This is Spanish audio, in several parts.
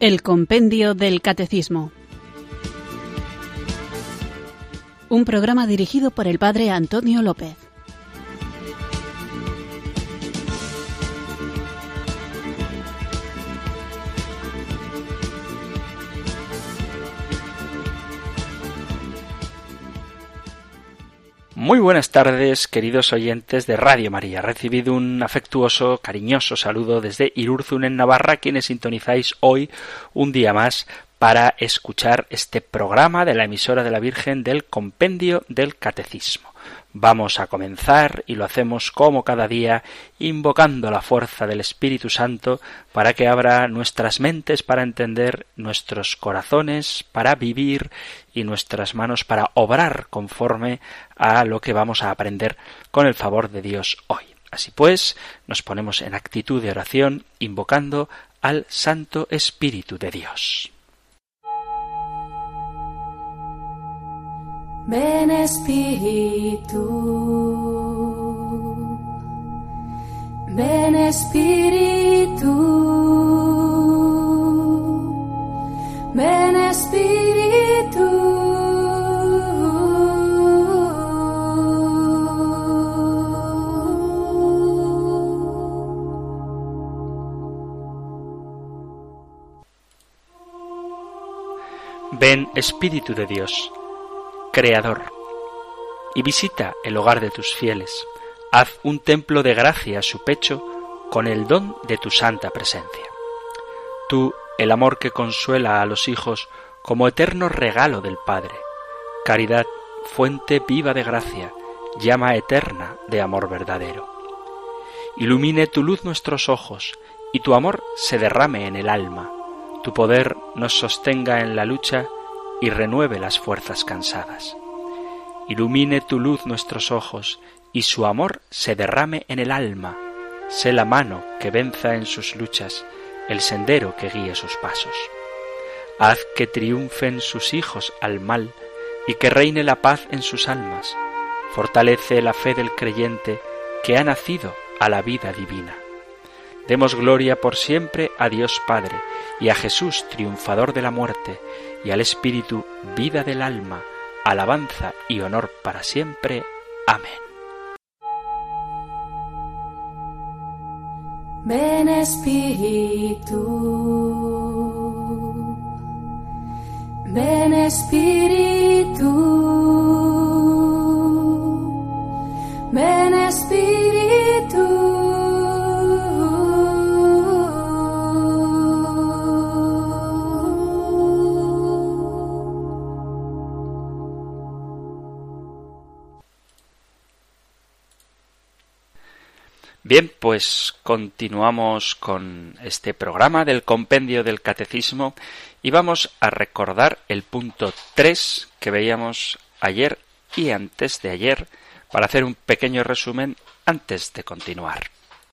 El Compendio del Catecismo. Un programa dirigido por el Padre Antonio López. Muy buenas tardes, queridos oyentes de Radio María. Recibid un afectuoso, cariñoso saludo desde Irurzun, en Navarra, quienes sintonizáis hoy un día más para escuchar este programa de la emisora de la Virgen del Compendio del Catecismo. Vamos a comenzar, y lo hacemos como cada día, invocando la fuerza del Espíritu Santo para que abra nuestras mentes para entender, nuestros corazones para vivir y nuestras manos para obrar conforme a lo que vamos a aprender con el favor de Dios hoy. Así pues, nos ponemos en actitud de oración, invocando al Santo Espíritu de Dios. Ven Espíritu, ven Espíritu, ven Espíritu. Ven Espíritu de Dios, Creador, y visita el hogar de tus fieles. Haz un templo de gracia a su pecho con el don de tu santa presencia. Tú, el amor que consuela a los hijos como eterno regalo del Padre. Caridad, fuente viva de gracia, llama eterna de amor verdadero. Ilumine tu luz nuestros ojos, y tu amor se derrame en el alma. Tu poder nos sostenga en la lucha y renueve las fuerzas cansadas. Ilumine tu luz nuestros ojos, y su amor se derrame en el alma. Sé la mano que venza en sus luchas, el sendero que guíe sus pasos. Haz que triunfen sus hijos al mal, y que reine la paz en sus almas. Fortalece la fe del creyente que ha nacido a la vida divina. Demos gloria por siempre a Dios Padre, y a Jesús, triunfador de la muerte, y al Espíritu, vida del alma, alabanza y honor para siempre. Amén. Ven Espíritu, ven Espíritu, ven Espíritu. Bien, pues continuamos con este programa del Compendio del Catecismo y vamos a recordar el punto 3 que veíamos ayer y antes de ayer para hacer un pequeño resumen antes de continuar.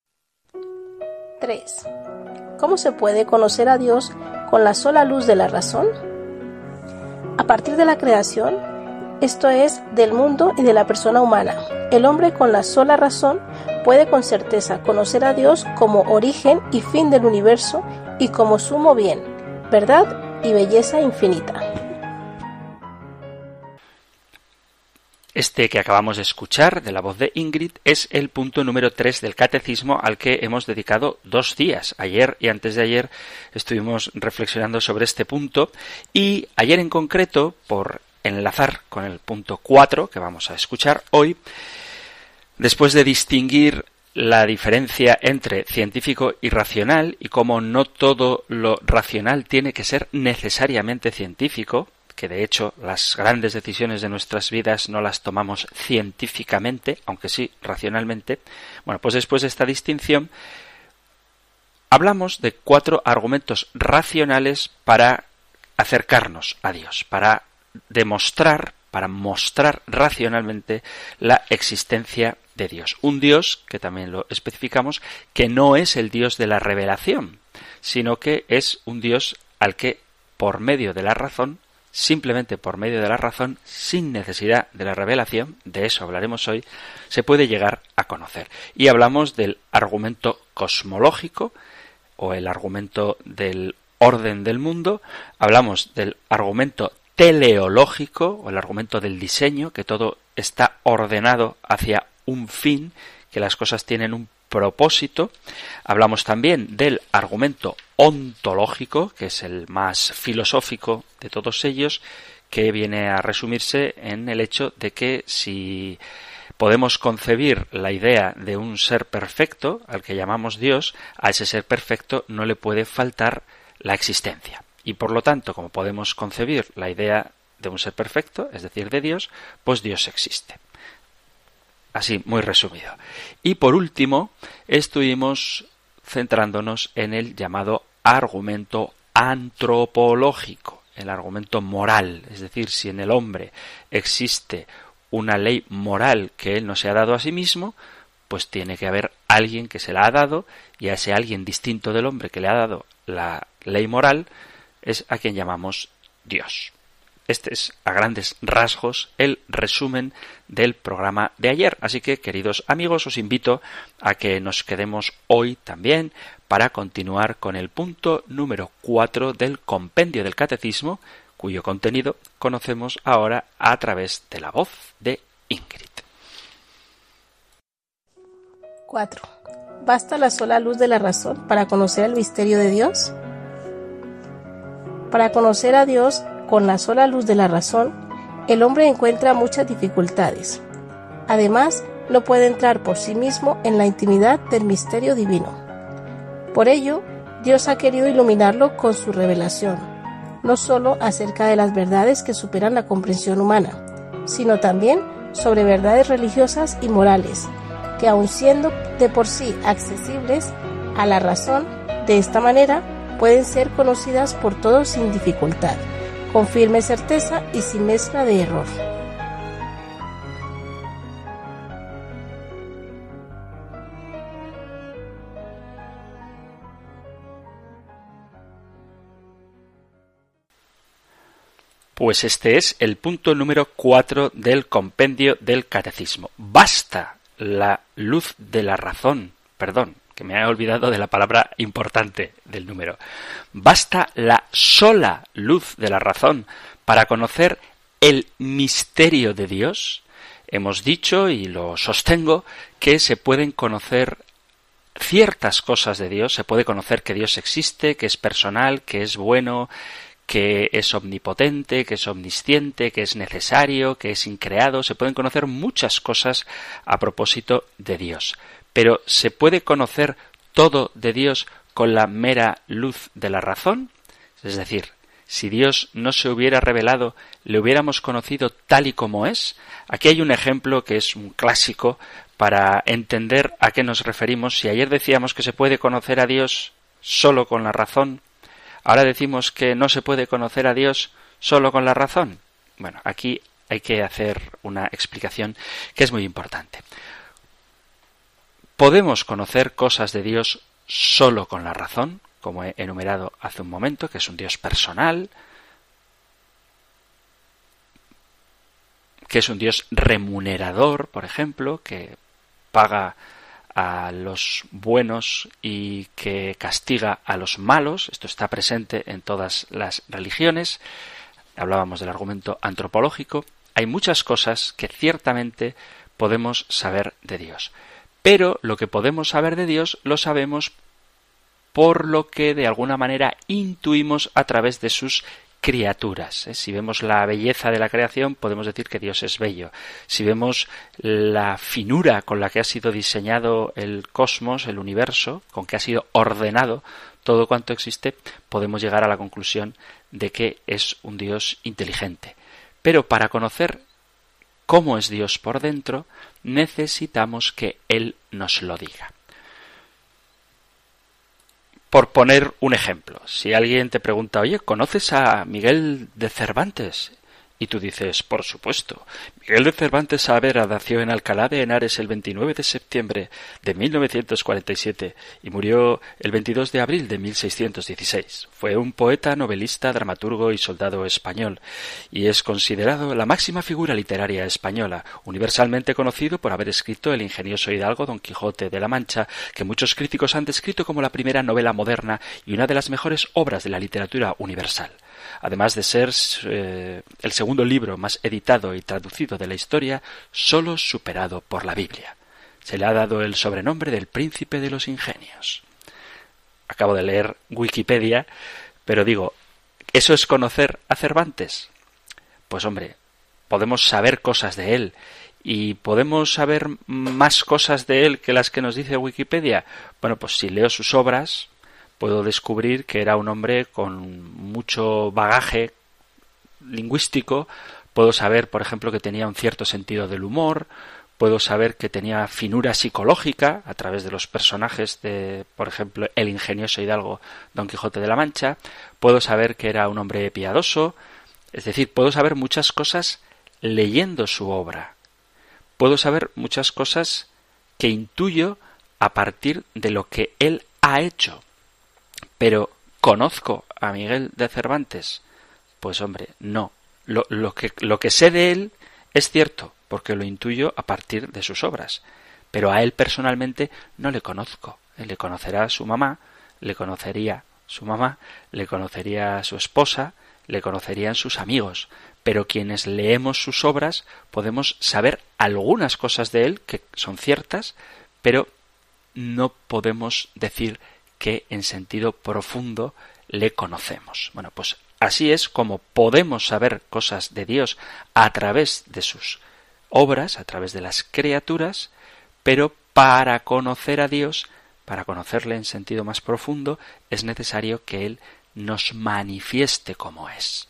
3. ¿Cómo se puede conocer a Dios con la sola luz de la razón? A partir de la creación, esto es, del mundo y de la persona humana, el hombre con la sola razón puede con certeza conocer a Dios como origen y fin del universo y como sumo bien, verdad y belleza infinita. Este que acabamos de escuchar, de la voz de Ingrid, es el punto número 3 del Catecismo al que hemos dedicado 2 días. Ayer y antes de ayer estuvimos reflexionando sobre este punto y ayer en concreto, por enlazar con el punto 4 que vamos a escuchar hoy, después de distinguir la diferencia entre científico y racional y cómo no todo lo racional tiene que ser necesariamente científico, que de hecho las grandes decisiones de nuestras vidas no las tomamos científicamente, aunque sí racionalmente, bueno, pues después de esta distinción hablamos de 4 argumentos racionales para acercarnos a Dios, para demostrar, para mostrar racionalmente la existencia de Dios. Un Dios, que también lo especificamos, que no es el Dios de la revelación, sino que es un Dios al que, por medio de la razón, simplemente por medio de la razón, sin necesidad de la revelación, de eso hablaremos hoy, se puede llegar a conocer. Y hablamos del argumento cosmológico, o el argumento del orden del mundo, hablamos del argumento teleológico, o el argumento del diseño, que todo está ordenado hacia un fin, que las cosas tienen un propósito. Hablamos también del argumento ontológico, que es el más filosófico de todos ellos, que viene a resumirse en el hecho de que si podemos concebir la idea de un ser perfecto, al que llamamos Dios, a ese ser perfecto no le puede faltar la existencia. Y por lo tanto, como podemos concebir la idea de un ser perfecto, es decir, de Dios, pues Dios existe. Así, muy resumido. Y por último, estuvimos centrándonos en el llamado argumento antropológico, el argumento moral, es decir, si en el hombre existe una ley moral que él no se ha dado a sí mismo, pues tiene que haber alguien que se la ha dado, y a ese alguien distinto del hombre que le ha dado la ley moral es a quien llamamos Dios. Este es, a grandes rasgos, el resumen del programa de ayer. Así que, queridos amigos, os invito a que nos quedemos hoy también para continuar con el punto número 4 del compendio del Catecismo, cuyo contenido conocemos ahora a través de la voz de Ingrid. 4. ¿Basta la sola luz de la razón para conocer el misterio de Dios? Para conocer a Dios con la sola luz de la razón, el hombre encuentra muchas dificultades. Además, no puede entrar por sí mismo en la intimidad del misterio divino. Por ello, Dios ha querido iluminarlo con su revelación, no solo acerca de las verdades que superan la comprensión humana, sino también sobre verdades religiosas y morales, que aun siendo de por sí accesibles a la razón, de esta manera pueden ser conocidas por todos sin dificultad, con firme certeza y sin mezcla de error. Pues este es el punto número 4 del compendio del Catecismo. Basta la luz de la razón, perdón, que me he olvidado de la palabra importante del número. Basta la sola luz de la razón para conocer el misterio de Dios. Hemos dicho, y lo sostengo, que se pueden conocer ciertas cosas de Dios. Se puede conocer que Dios existe, que es personal, que es bueno, que es omnipotente, que es omnisciente, que es necesario, que es increado. Se pueden conocer muchas cosas a propósito de Dios. Pero ¿se puede conocer todo de Dios con la mera luz de la razón? Es decir, si Dios no se hubiera revelado, ¿le hubiéramos conocido tal y como es? Aquí hay un ejemplo que es un clásico para entender a qué nos referimos. Si ayer decíamos que se puede conocer a Dios solo con la razón, ahora decimos que no se puede conocer a Dios solo con la razón. Bueno, aquí hay que hacer una explicación que es muy importante. Podemos conocer cosas de Dios solo con la razón, como he enumerado hace un momento, que es un Dios personal, que es un Dios remunerador, por ejemplo, que paga a los buenos y que castiga a los malos. Esto está presente en todas las religiones. Hablábamos del argumento antropológico. Hay muchas cosas que ciertamente podemos saber de Dios. Pero lo que podemos saber de Dios lo sabemos por lo que de alguna manera intuimos a través de sus criaturas. Si vemos la belleza de la creación, podemos decir que Dios es bello. Si vemos la finura con la que ha sido diseñado el cosmos, el universo, con que ha sido ordenado todo cuanto existe, podemos llegar a la conclusión de que es un Dios inteligente. Pero para conocer cómo es Dios por dentro, necesitamos que Él nos lo diga. Por poner un ejemplo, si alguien te pregunta, oye, ¿conoces a Miguel de Cervantes? Y tú dices, por supuesto. Miguel de Cervantes Saavedra nació en Alcalá de Henares el 29 de septiembre de 1947 y murió el 22 de abril de 1616. Fue un poeta, novelista, dramaturgo y soldado español y es considerado la máxima figura literaria española, universalmente conocido por haber escrito el ingenioso hidalgo Don Quijote de la Mancha, que muchos críticos han descrito como la primera novela moderna y una de las mejores obras de la literatura universal. Además de ser el segundo libro más editado y traducido de la historia, solo superado por la Biblia. Se le ha dado el sobrenombre del Príncipe de los Ingenios. Acabo de leer Wikipedia, pero digo, ¿eso es conocer a Cervantes? Pues hombre, podemos saber cosas de él. ¿Y podemos saber más cosas de él que las que nos dice Wikipedia? Bueno, pues si leo sus obras, puedo descubrir que era un hombre con mucho bagaje lingüístico. Puedo saber, por ejemplo, que tenía un cierto sentido del humor. Puedo saber que tenía finura psicológica a través de los personajes de, por ejemplo, el ingenioso hidalgo Don Quijote de la Mancha. Puedo saber que era un hombre piadoso. Es decir, puedo saber muchas cosas leyendo su obra. Puedo saber muchas cosas que intuyo a partir de lo que él ha hecho. Pero, ¿conozco a Miguel de Cervantes? Pues hombre, no. Lo que sé de él es cierto, porque lo intuyo a partir de sus obras. Pero a él personalmente no le conozco. Él le conocerá a su mamá, le conocería su mamá, le conocería a su esposa, le conocerían sus amigos. Pero quienes leemos sus obras podemos saber algunas cosas de él que son ciertas, pero no podemos decir que en sentido profundo le conocemos. Bueno, pues así es como podemos saber cosas de Dios a través de sus obras, a través de las criaturas, pero para conocer a Dios, para conocerle en sentido más profundo, es necesario que Él nos manifieste como es.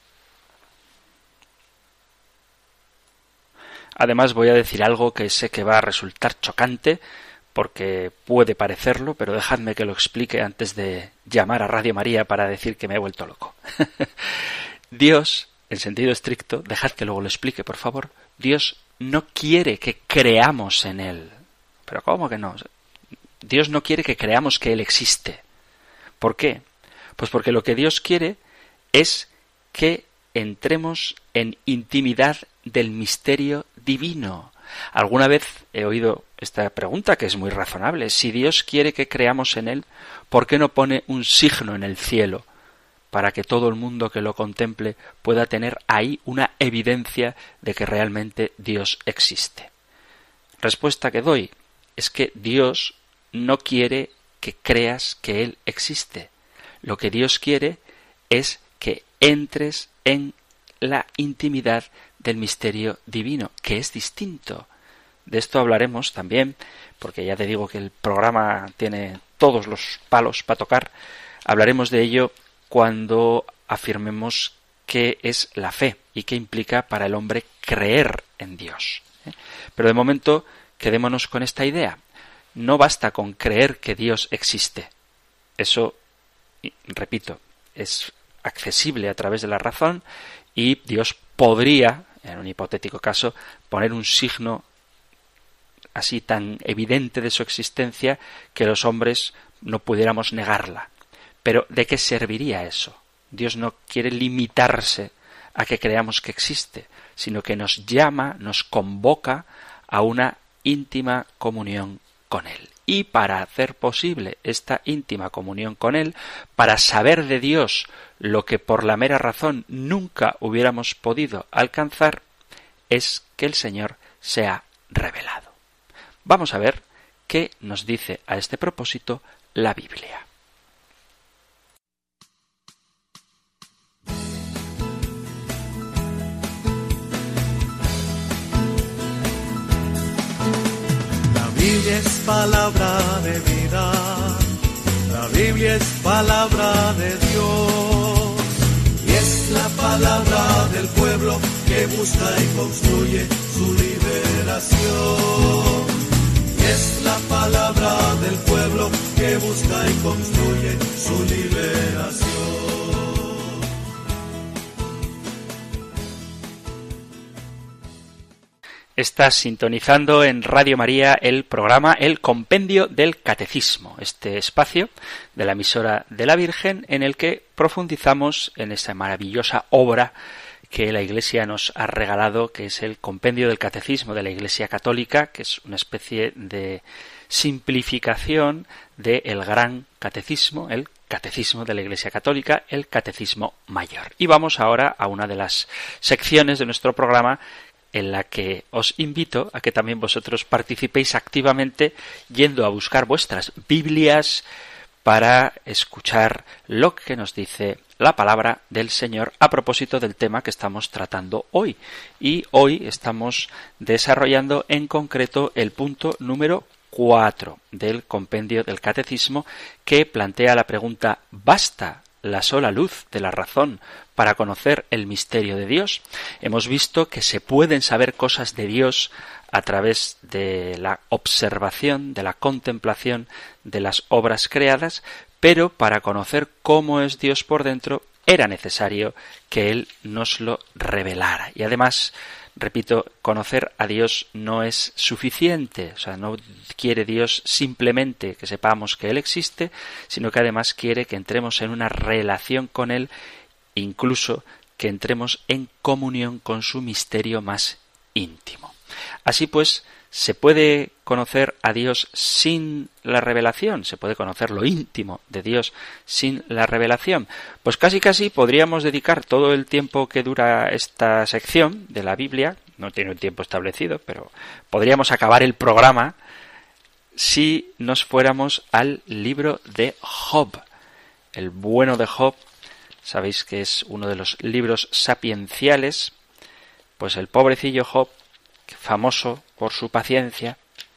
Además voy a decir algo que sé que va a resultar chocante, porque puede parecerlo, pero dejadme que lo explique antes de llamar a Radio María para decir que me he vuelto loco. Dios, en sentido estricto, dejad que luego lo explique, por favor, Dios no quiere que creamos en Él. ¿Pero cómo que no? Dios no quiere que creamos que Él existe. ¿Por qué? Pues porque lo que Dios quiere es que entremos en intimidad del misterio divino. Alguna vez he oído esta pregunta que es muy razonable. Si Dios quiere que creamos en Él, ¿por qué no pone un signo en el cielo para que todo el mundo que lo contemple pueda tener ahí una evidencia de que realmente Dios existe? Respuesta que doy es que Dios no quiere que creas que Él existe. Lo que Dios quiere es que entres en la intimidad del misterio divino, que es distinto. De esto hablaremos también, porque ya te digo que el programa tiene todos los palos para tocar. Hablaremos de ello cuando afirmemos qué es la fe y qué implica para el hombre creer en Dios. Pero de momento quedémonos con esta idea. No basta con creer que Dios existe. Eso, repito, es accesible a través de la razón y Dios podría, en un hipotético caso, poner un signo así tan evidente de su existencia que los hombres no pudiéramos negarla. Pero ¿de qué serviría eso? Dios no quiere limitarse a que creamos que existe, sino que nos llama, nos convoca a una íntima comunión con Él. Y para hacer posible esta íntima comunión con Él, para saber de Dios lo que por la mera razón nunca hubiéramos podido alcanzar, es que el Señor se ha revelado. Vamos a ver qué nos dice a este propósito la Biblia. La Biblia es palabra de vida, la Biblia es palabra de Dios, y es la palabra del pueblo que busca y construye su liberación. Y es la palabra del pueblo que busca y construye su liberación. Estás sintonizando en Radio María el programa El Compendio del Catecismo, este espacio de la emisora de la Virgen en el que profundizamos en esta maravillosa obra que la Iglesia nos ha regalado, que es el Compendio del Catecismo de la Iglesia Católica, que es una especie de simplificación del Gran Catecismo, el Catecismo de la Iglesia Católica, el Catecismo Mayor. Y vamos ahora a una de las secciones de nuestro programa en la que os invito a que también vosotros participéis activamente yendo a buscar vuestras Biblias para escuchar lo que nos dice la palabra del Señor a propósito del tema que estamos tratando hoy. Y hoy estamos desarrollando en concreto el punto número 4 del Compendio del Catecismo, que plantea la pregunta: ¿basta la sola luz de la razón para conocer el misterio de Dios? Hemos visto que se pueden saber cosas de Dios a través de la observación, de la contemplación de las obras creadas, pero para conocer cómo es Dios por dentro era necesario que Él nos lo revelara. Y además, repito, conocer a Dios no es suficiente, o sea, no quiere Dios simplemente que sepamos que Él existe, sino que además quiere que entremos en una relación con Él, incluso que entremos en comunión con su misterio más íntimo. Así pues, ¿se puede conocer a Dios sin la revelación? ¿Se puede conocer lo íntimo de Dios sin la revelación? Pues casi podríamos dedicar todo el tiempo que dura esta sección de la Biblia, no tiene un tiempo establecido, pero podríamos acabar el programa si nos fuéramos al libro de Job. El bueno de Job, sabéis que es uno de los libros sapienciales, pues el pobrecillo Job, famoso por su paciencia,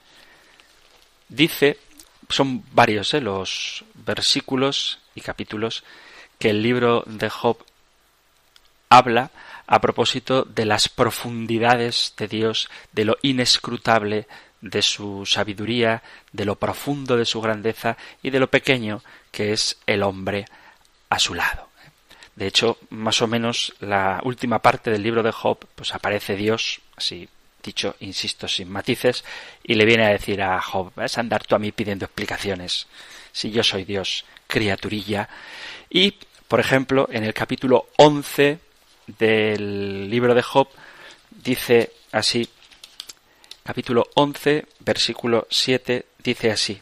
dice, son varios los versículos y capítulos que el libro de Job habla a propósito de las profundidades de Dios, de lo inescrutable de su sabiduría, de lo profundo de su grandeza y de lo pequeño que es el hombre a su lado. De hecho, más o menos la última parte del libro de Job, pues aparece Dios, así dicho, insisto, sin matices, y le viene a decir a Job: vas a andar tú a mí pidiendo explicaciones, si yo soy Dios, criaturilla. Y, por ejemplo, en el capítulo 11 del libro de Job, dice así, capítulo 11, versículo 7, dice así: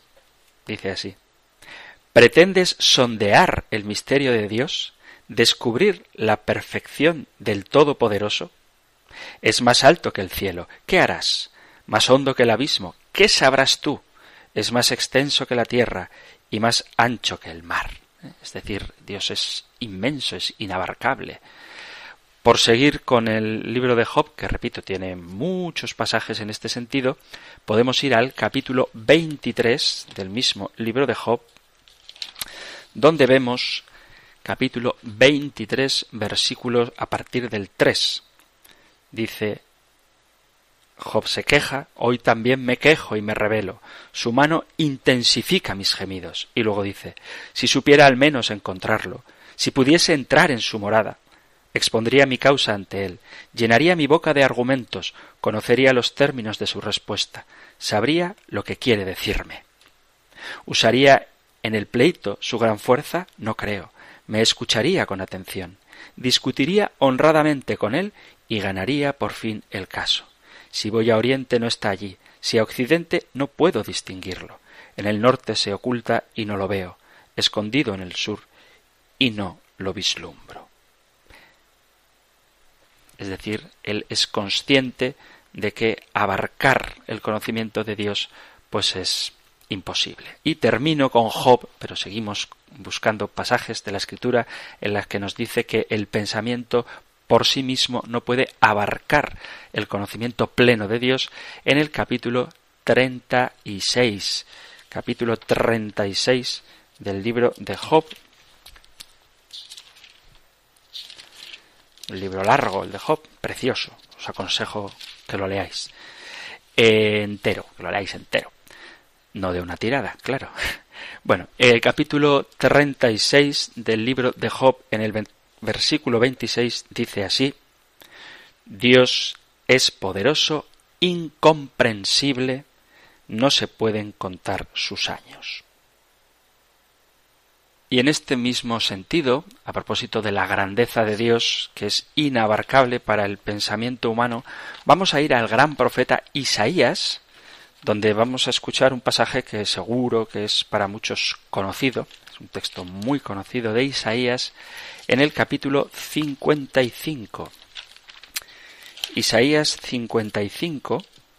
¿pretendes sondear el misterio de Dios? ¿Descubrir la perfección del Todopoderoso? Es más alto que el cielo, ¿qué harás? Más hondo que el abismo, ¿qué sabrás tú? Es más extenso que la tierra y más ancho que el mar. Es decir, Dios es inmenso, es inabarcable. Por seguir con el libro de Job, que repito, tiene muchos pasajes en este sentido, podemos ir al capítulo 23 del mismo libro de Job, donde vemos capítulo 23, versículos a partir del 3. Dice, Job se queja: hoy también me quejo y me rebelo. Su mano intensifica mis gemidos. Y luego dice: si supiera al menos encontrarlo, si pudiese entrar en su morada, expondría mi causa ante él, llenaría mi boca de argumentos, conocería los términos de su respuesta, sabría lo que quiere decirme. ¿Usaría en el pleito su gran fuerza? No creo. Me escucharía con atención. Discutiría honradamente con él y ganaría por fin el caso. Si voy a oriente no está allí, si a occidente no puedo distinguirlo. En el norte se oculta y no lo veo, escondido en el sur y no lo vislumbro. Es decir, él es consciente de que abarcar el conocimiento de Dios pues es imposible. Y termino con Job, pero seguimos buscando pasajes de la Escritura en las que nos dice que el pensamiento por sí mismo no puede abarcar el conocimiento pleno de Dios, en el capítulo 36. Capítulo 36 del libro de Job. El libro largo, el de Job, precioso. Os aconsejo que lo leáis entero, que lo leáis entero. No de una tirada, claro. Bueno, el capítulo 36 del libro de Job, en el versículo 26, dice así: Dios es poderoso incomprensible, no se pueden contar sus años. Y en este mismo sentido, a propósito de la grandeza de Dios, que es inabarcable para el pensamiento humano, vamos a ir al gran profeta Isaías, donde vamos a escuchar un pasaje que seguro que es para muchos conocido, es un texto muy conocido de Isaías, en el capítulo 55. Isaías 55,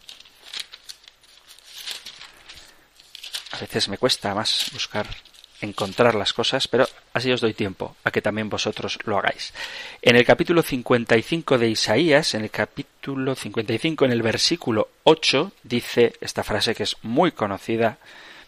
a veces me cuesta más encontrar las cosas, pero así os doy tiempo a que también vosotros lo hagáis. En el capítulo 55 de Isaías, en el versículo 8, dice esta frase que es muy conocida,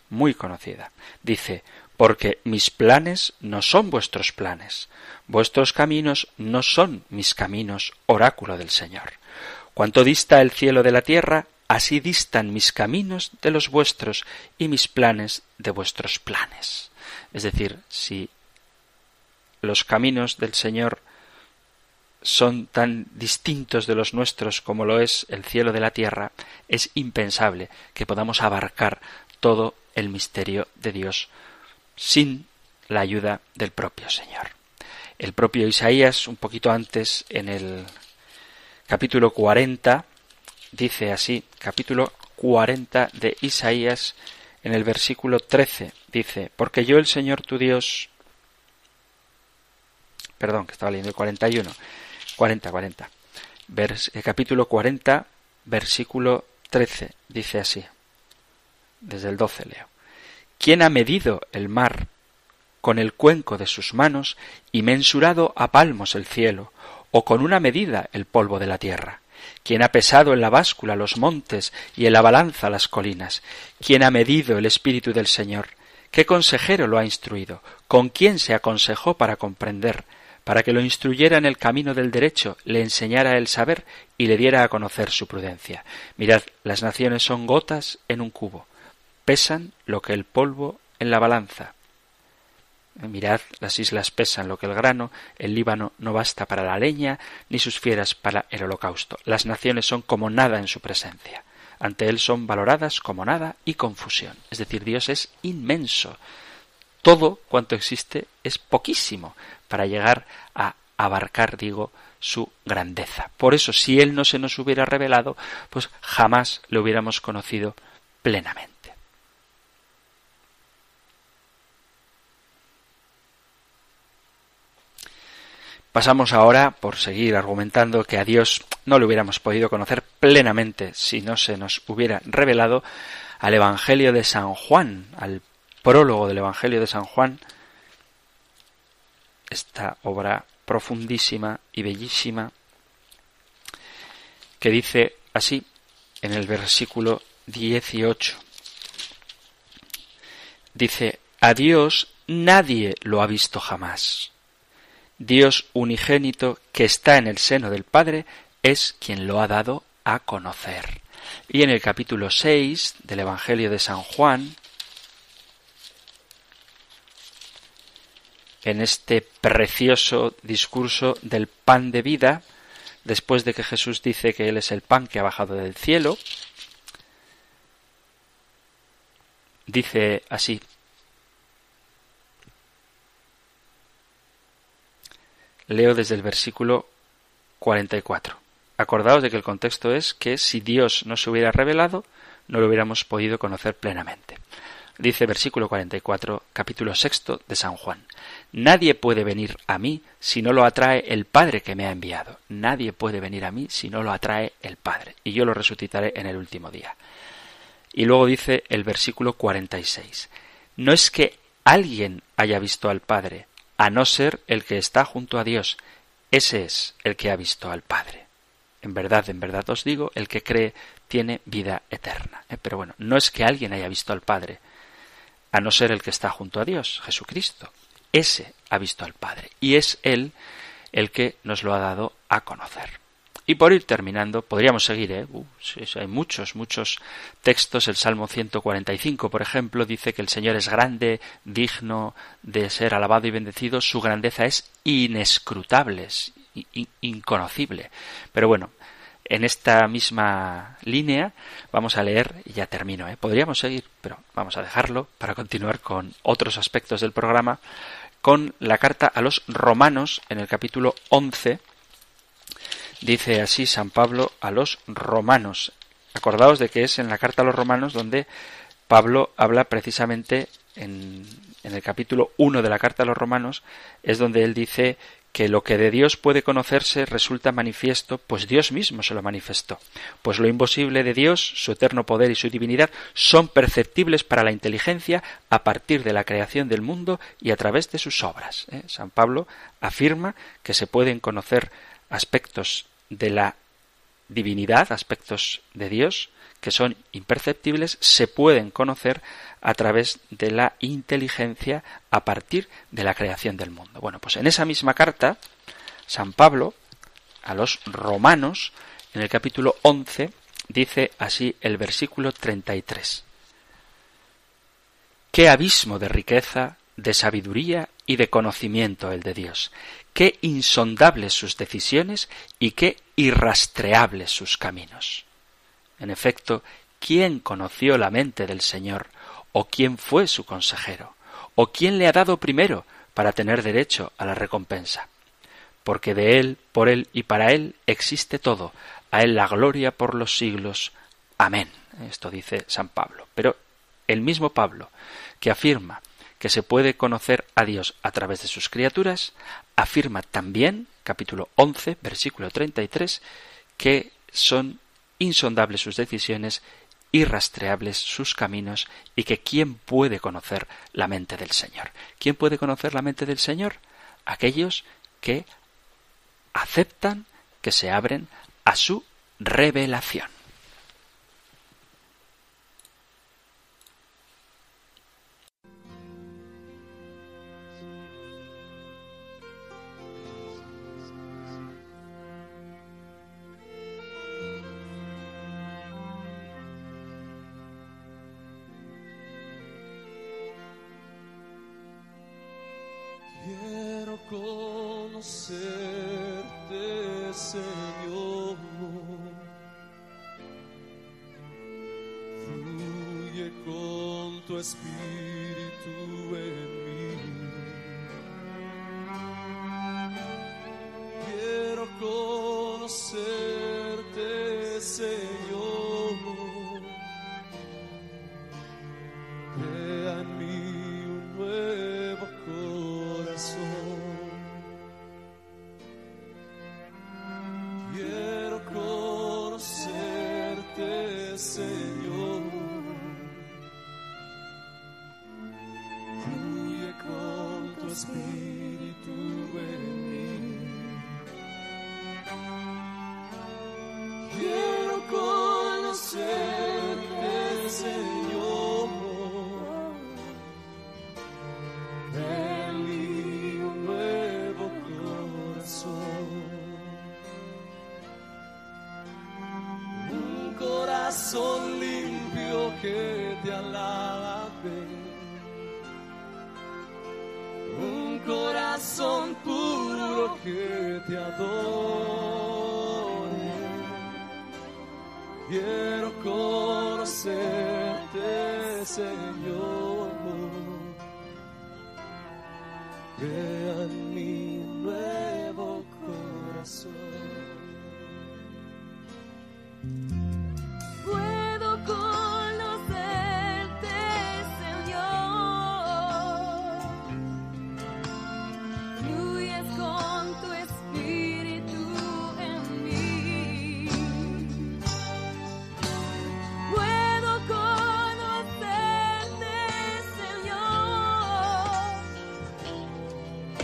dice: porque mis planes no son vuestros planes, vuestros caminos no son mis caminos, oráculo del Señor. Cuanto dista el cielo de la tierra, así distan mis caminos de los vuestros y mis planes de vuestros planes. Es decir, si los caminos del Señor son tan distintos de los nuestros como lo es el cielo de la tierra, es impensable que podamos abarcar todo el misterio de Dios sin la ayuda del propio Señor. El propio Isaías, un poquito antes, en el capítulo 40, dice así, capítulo 40 de Isaías, en el versículo 13, dice: porque yo el Señor tu Dios... Perdón, que estaba leyendo el 41. 40. Capítulo 40, versículo 13, dice así. Desde el 12 leo. ¿Quién ha medido el mar con el cuenco de sus manos y mensurado a palmos el cielo, o con una medida el polvo de la tierra? ¿Quién ha pesado en la báscula los montes y en la balanza las colinas? ¿Quién ha medido el Espíritu del Señor? ¿Qué consejero lo ha instruido? ¿Con quién se aconsejó para comprender? Para que lo instruyera en el camino del derecho, le enseñara el saber y le diera a conocer su prudencia. Mirad, las naciones son gotas en un cubo, pesan lo que el polvo en la balanza. Mirad, las islas pesan lo que el grano, el Líbano no basta para la leña, ni sus fieras para el holocausto. Las naciones son como nada en su presencia. Ante él son valoradas como nada y confusión. Es decir, Dios es inmenso. Todo cuanto existe es poquísimo para llegar a abarcar, su grandeza. Por eso, si él no se nos hubiera revelado, pues jamás lo hubiéramos conocido plenamente. Pasamos ahora, por seguir argumentando que a Dios no lo hubiéramos podido conocer plenamente si no se nos hubiera revelado, al Evangelio de San Juan, al prólogo del Evangelio de San Juan, esta obra profundísima y bellísima, que dice así en el versículo 18. Dice: a Dios nadie lo ha visto jamás. Dios unigénito que está en el seno del Padre es quien lo ha dado a conocer. Y en el capítulo 6 del Evangelio de San Juan, en este precioso discurso del pan de vida, después de que Jesús dice que Él es el pan que ha bajado del cielo, dice así: leo desde el versículo 44. Acordaos de que el contexto es que si Dios no se hubiera revelado, no lo hubiéramos podido conocer plenamente. Dice versículo 44, capítulo 6 de San Juan: nadie puede venir a mí si no lo atrae el Padre que me ha enviado. Nadie puede venir a mí si no lo atrae el Padre, y yo lo resucitaré en el último día. Y luego dice el versículo 46: no es que alguien haya visto al Padre, a no ser el que está junto a Dios. Ese es el que ha visto al Padre. En verdad os digo, el que cree tiene vida eterna. Pero bueno, no es que alguien haya visto al Padre, a no ser el que está junto a Dios, Jesucristo. Ese ha visto al Padre, y es Él el que nos lo ha dado a conocer. Y por ir terminando, podríamos seguir, hay muchos textos. El Salmo 145, por ejemplo, dice que el Señor es grande, digno de ser alabado y bendecido. Su grandeza es inescrutable, es inconocible. Pero bueno, En esta misma línea vamos a leer, y ya termino, podríamos seguir, pero vamos a dejarlo para continuar con otros aspectos del programa, con la carta a los Romanos en el capítulo 11. Dice así San Pablo a los Romanos. Acordaos de que es en la carta a los Romanos donde Pablo habla precisamente en el capítulo 1 de la carta a los Romanos, es donde él dice que lo que de Dios puede conocerse resulta manifiesto, pues Dios mismo se lo manifestó. Pues lo imposible de Dios, su eterno poder y su divinidad, son perceptibles para la inteligencia a partir de la creación del mundo y a través de sus obras. San Pablo afirma que se pueden conocer aspectos de la divinidad, aspectos de Dios, que son imperceptibles, se pueden conocer a través de la inteligencia a partir de la creación del mundo. Bueno, pues en esa misma carta, San Pablo a los Romanos, en el capítulo 11, dice así el versículo 33. ¡Qué abismo de riqueza, de sabiduría y de conocimiento el de Dios! ¡Qué insondables sus decisiones y qué irrastreables sus caminos! En efecto, ¿quién conoció la mente del Señor? ¿O quién fue su consejero? ¿O quién le ha dado primero para tener derecho a la recompensa? Porque de Él, por Él y para Él existe todo. A Él la gloria por los siglos. Amén. Esto dice San Pablo. Pero el mismo Pablo, que afirma que se puede conocer a Dios a través de sus criaturas, afirma también, capítulo 11, versículo 33, que son insondables sus decisiones, irrastreables sus caminos, y que ¿quién puede conocer la mente del Señor? ¿Quién puede conocer la mente del Señor? Aquellos que aceptan, que se abren a su revelación. Quiero conocerte, Señor. Fluye con tu espíritu en mí. Quiero conocerte, Señor. Crea en mí un nuevo corazón. Quiero conocerte, Señor. Fluye con tu espíritu en mí. Quiero conocerte, Señor. En mí un nuevo corazón. Un corazón limpio que te alabe. Un corazón puro que te adore. Quiero conocerte, Señor. Crea en mí un nuevo corazón. Puedo conocerte, Señor. Fluyes con tu espíritu en mí. Puedo conocerte, Señor.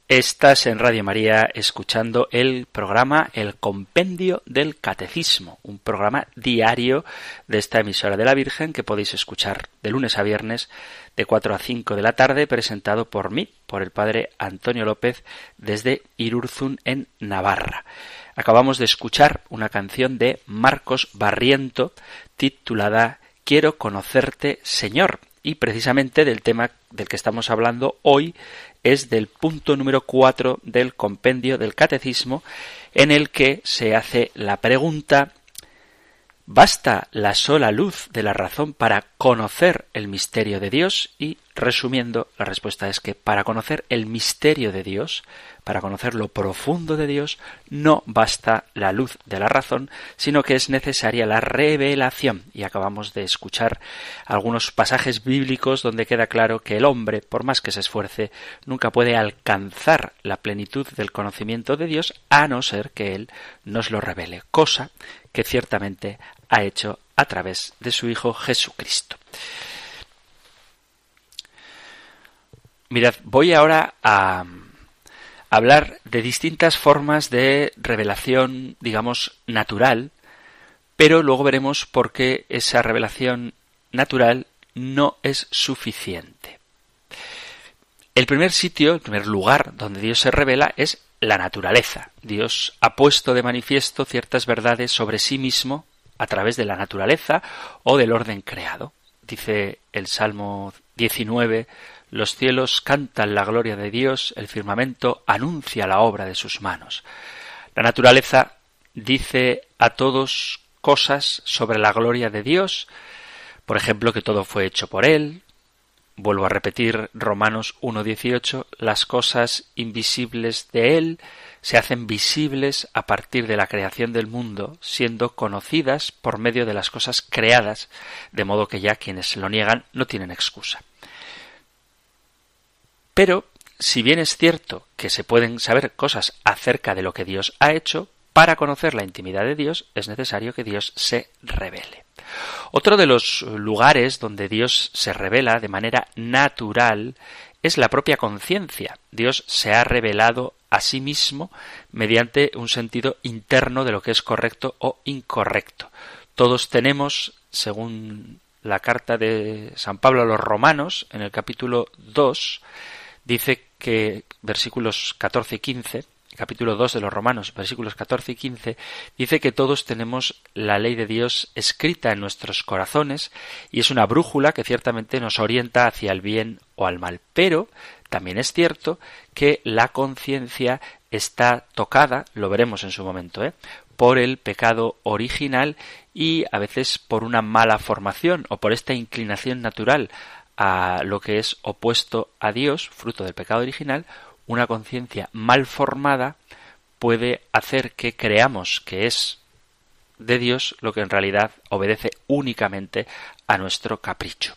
Estás en Radio María escuchando el programa El Compendio del Catecismo, un programa diario de esta emisora de la Virgen que podéis escuchar de lunes a viernes de 4 a 5 de la tarde, presentado por mí, por el padre Antonio López, desde Irurzun, en Navarra. Acabamos de escuchar una canción de Marcos Barriento titulada Quiero conocerte, Señor. Y precisamente del tema del que estamos hablando hoy es del punto número 4 del compendio del Catecismo, en el que se hace la pregunta: ¿basta la sola luz de la razón para conocer el misterio de Dios? Y resumiendo, la respuesta es que para conocer el misterio de Dios, para conocer lo profundo de Dios, no basta la luz de la razón, sino que es necesaria la revelación. Y acabamos de escuchar algunos pasajes bíblicos donde queda claro que el hombre, por más que se esfuerce, nunca puede alcanzar la plenitud del conocimiento de Dios, a no ser que Él nos lo revele, cosa que ciertamente ha hecho a través de su Hijo Jesucristo. Mirad, voy ahora a hablar de distintas formas de revelación, digamos, natural, pero luego veremos por qué esa revelación natural no es suficiente. El primer sitio, el primer lugar donde Dios se revela es la naturaleza. Dios ha puesto de manifiesto ciertas verdades sobre sí mismo a través de la naturaleza o del orden creado. Dice el Salmo 19, los cielos cantan la gloria de Dios, el firmamento anuncia la obra de sus manos. La naturaleza dice a todos cosas sobre la gloria de Dios, por ejemplo, que todo fue hecho por Él. Vuelvo a repetir Romanos 1:18, las cosas invisibles de Él se hacen visibles a partir de la creación del mundo, siendo conocidas por medio de las cosas creadas, de modo que ya quienes lo niegan no tienen excusa. Pero, si bien es cierto que se pueden saber cosas acerca de lo que Dios ha hecho, para conocer la intimidad de Dios es necesario que Dios se revele. Otro de los lugares donde Dios se revela de manera natural es la propia conciencia. Dios se ha revelado a sí mismo mediante un sentido interno de lo que es correcto o incorrecto. Todos tenemos, según la carta de San Pablo a los Romanos, en el capítulo 2, dice que versículos 14 y 15, capítulo 2 de los Romanos, versículos 14 y 15, dice que todos tenemos la ley de Dios escrita en nuestros corazones y es una brújula que ciertamente nos orienta hacia el bien o al mal. Pero también es cierto que la conciencia está tocada, lo veremos en su momento, por el pecado original y a veces por una mala formación o por esta inclinación natural a lo que es opuesto a Dios, fruto del pecado original. Una conciencia mal formada puede hacer que creamos que es de Dios lo que en realidad obedece únicamente a nuestro capricho.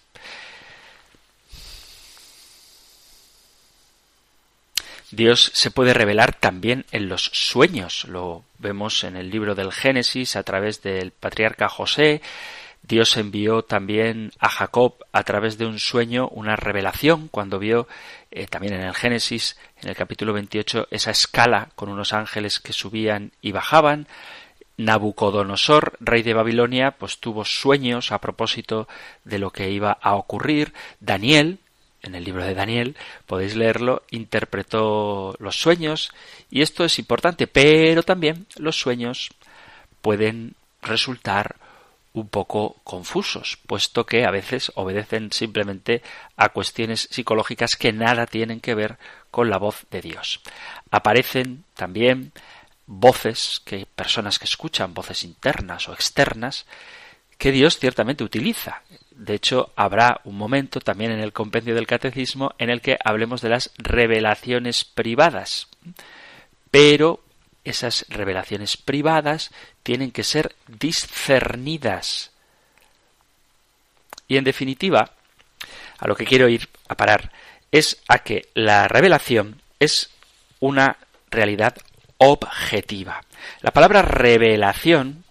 Dios se puede revelar también en los sueños. Lo vemos en el libro del Génesis a través del patriarca José. Dios envió también a Jacob a través de un sueño una revelación cuando vio también en el Génesis, en el capítulo 28, esa escala con unos ángeles que subían y bajaban. Nabucodonosor, rey de Babilonia, pues tuvo sueños a propósito de lo que iba a ocurrir. Daniel, en el libro de Daniel, podéis leerlo, interpretó los sueños y esto es importante, pero también los sueños pueden resultar un poco confusos, puesto que a veces obedecen simplemente a cuestiones psicológicas que nada tienen que ver con la voz de Dios. Aparecen también voces, que personas que escuchan, voces internas o externas, que Dios ciertamente utiliza. De hecho, habrá un momento también en el compendio del Catecismo en el que hablemos de las revelaciones privadas, pero esas revelaciones privadas tienen que ser discernidas. Y en definitiva, a lo que quiero ir a parar es a que la revelación es una realidad objetiva. La palabra revelación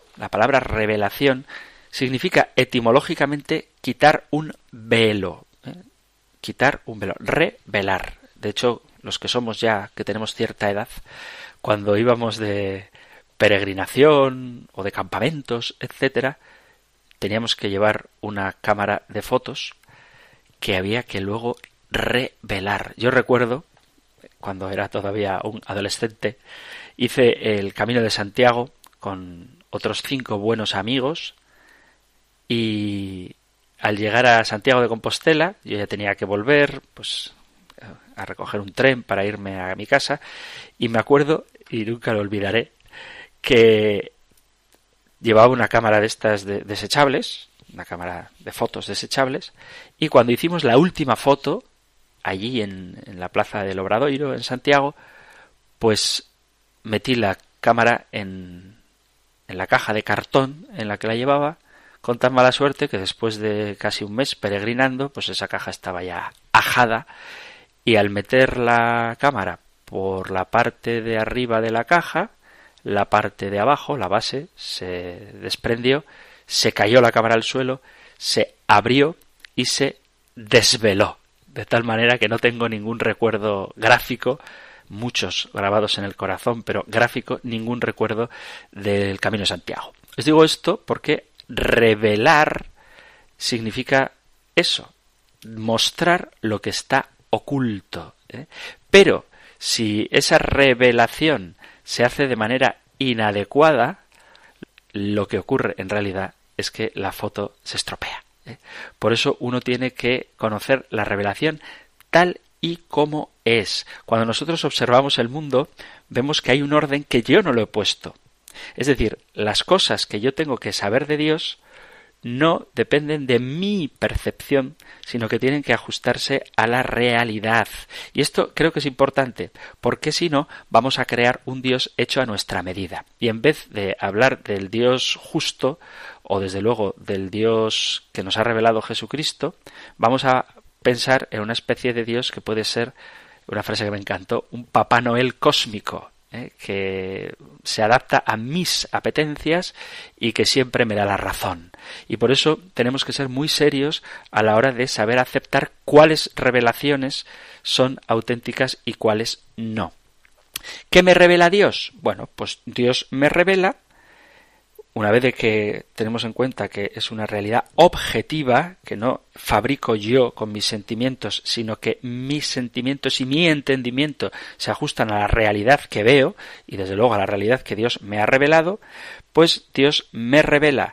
significa etimológicamente quitar un velo. Quitar un velo, revelar. De hecho, los que somos ya, que tenemos cierta edad, cuando íbamos de peregrinación o de campamentos, etcétera, teníamos que llevar una cámara de fotos que había que luego revelar. Yo recuerdo, cuando era todavía un adolescente, hice el Camino de Santiago con otros 5 buenos amigos y al llegar a Santiago de Compostela, yo ya tenía que volver pues a recoger un tren para irme a mi casa, y me acuerdo, y nunca lo olvidaré, que llevaba una cámara de estas desechables, una cámara de fotos desechables, y cuando hicimos la última foto, allí en la plaza del Obradoiro, en Santiago, pues metí la cámara en la caja de cartón en la que la llevaba, con tan mala suerte que después de casi un mes peregrinando, pues esa caja estaba ya ajada, y al meter la cámara por la parte de arriba de la caja, la parte de abajo, la base, se desprendió, se cayó la cámara al suelo, se abrió y se desveló, de tal manera que no tengo ningún recuerdo gráfico, muchos grabados en el corazón, pero gráfico, ningún recuerdo del Camino de Santiago. Os digo esto porque revelar significa eso, mostrar lo que está oculto, ¿eh? Pero si esa revelación se hace de manera inadecuada, lo que ocurre en realidad es que la foto se estropea, ¿eh? Por eso uno tiene que conocer la revelación tal y como es. Cuando nosotros observamos el mundo, vemos que hay un orden que yo no lo he puesto. Es decir, las cosas que yo tengo que saber de Dios no dependen de mi percepción, sino que tienen que ajustarse a la realidad. Y esto creo que es importante, porque si no, vamos a crear un Dios hecho a nuestra medida. Y en vez de hablar del Dios justo, o desde luego del Dios que nos ha revelado Jesucristo, vamos a pensar en una especie de Dios que puede ser, una frase que me encantó, un Papá Noel cósmico, que se adapta a mis apetencias y que siempre me da la razón. Y por eso tenemos que ser muy serios a la hora de saber aceptar cuáles revelaciones son auténticas y cuáles no. ¿Qué me revela Dios? Bueno, pues Dios me revela, una vez de que tenemos en cuenta que es una realidad objetiva, que no fabrico yo con mis sentimientos, sino que mis sentimientos y mi entendimiento se ajustan a la realidad que veo, y desde luego a la realidad que Dios me ha revelado, pues Dios me revela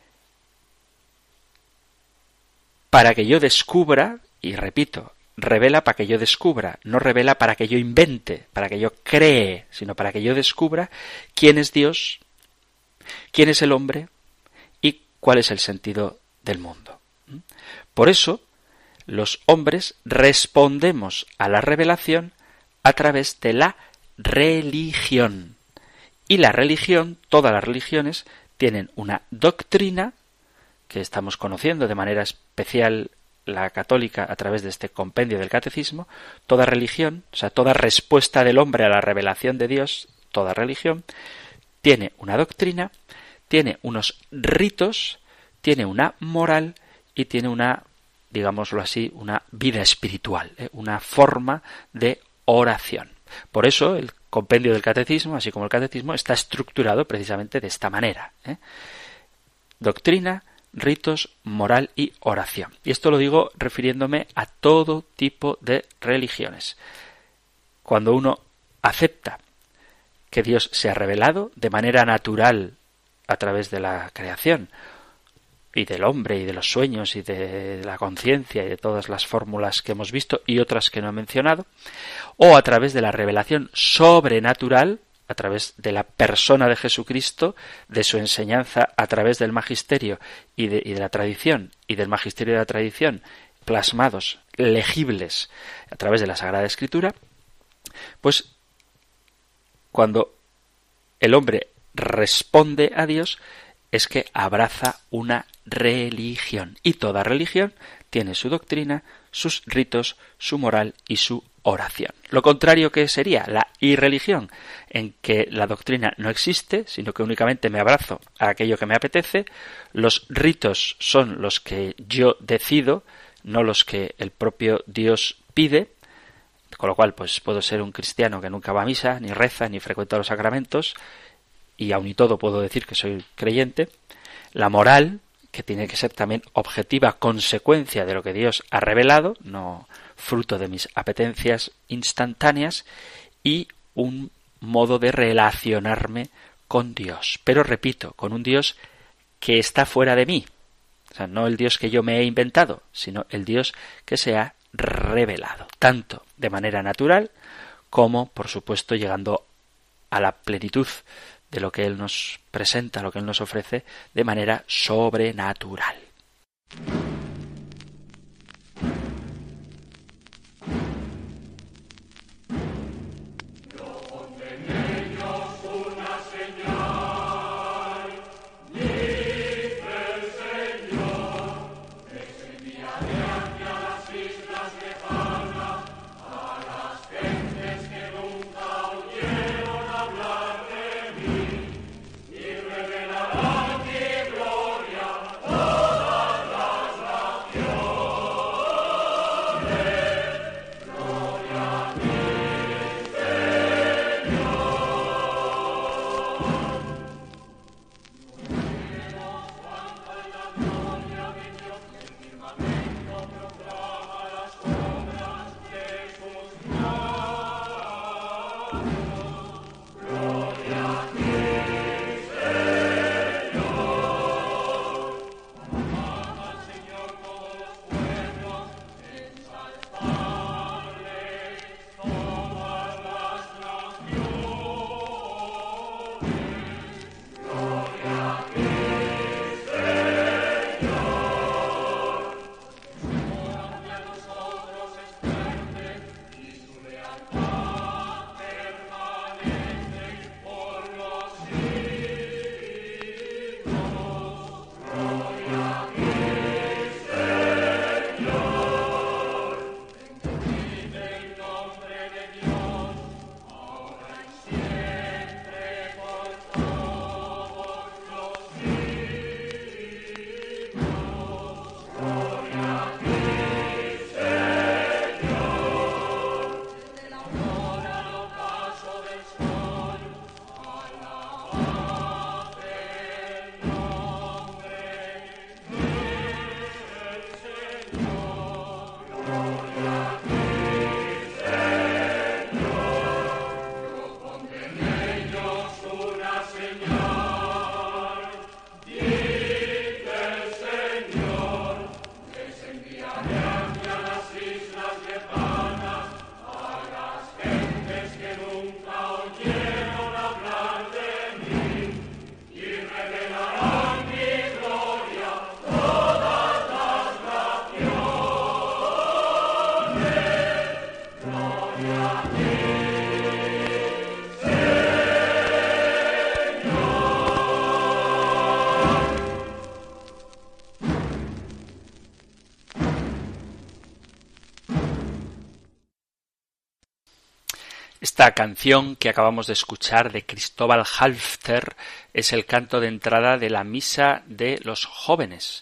para que yo descubra, y repito, revela para que yo descubra, no revela para que yo invente, para que yo cree, sino para que yo descubra quién es Dios, quién es el hombre y cuál es el sentido del mundo. Por eso, los hombres respondemos a la revelación a través de la religión. Y la religión, todas las religiones, tienen una doctrina que estamos conociendo de manera especial la católica a través de este compendio del catecismo. Toda religión, o sea, toda respuesta del hombre a la revelación de Dios, toda religión, tiene una doctrina, tiene unos ritos, tiene una moral y tiene una, digámoslo así, una vida espiritual, una forma de oración. Por eso el compendio del catecismo, así como el catecismo, está estructurado precisamente de esta manera. Doctrina, ritos, moral y oración. Y esto lo digo refiriéndome a todo tipo de religiones. Cuando uno acepta que Dios se ha revelado de manera natural a través de la creación y del hombre y de los sueños y de la conciencia y de todas las fórmulas que hemos visto y otras que no he mencionado, o a través de la revelación sobrenatural, a través de la persona de Jesucristo, de su enseñanza a través del magisterio y de la tradición, y del magisterio y de la tradición plasmados, legibles a través de la Sagrada Escritura, pues cuando el hombre responde a Dios es que abraza una religión. Y toda religión tiene su doctrina, sus ritos, su moral y su oración. Lo contrario que sería la irreligión, en que la doctrina no existe, sino que únicamente me abrazo a aquello que me apetece. Los ritos son los que yo decido, no los que el propio Dios pide. Con lo cual, pues puedo ser un cristiano que nunca va a misa, ni reza, ni frecuenta los sacramentos, y aun y todo puedo decir que soy creyente. La moral, que tiene que ser también objetiva, consecuencia de lo que Dios ha revelado, no fruto de mis apetencias instantáneas, y un modo de relacionarme con Dios. Pero repito, con un Dios que está fuera de mí. O sea, no el Dios que yo me he inventado, sino el Dios que se ha revelado, tanto de manera natural como, por supuesto, llegando a la plenitud de lo que Él nos presenta, lo que Él nos ofrece, de manera sobrenatural. Esta canción que acabamos de escuchar de Cristóbal Halffter es el canto de entrada de la Misa de los Jóvenes,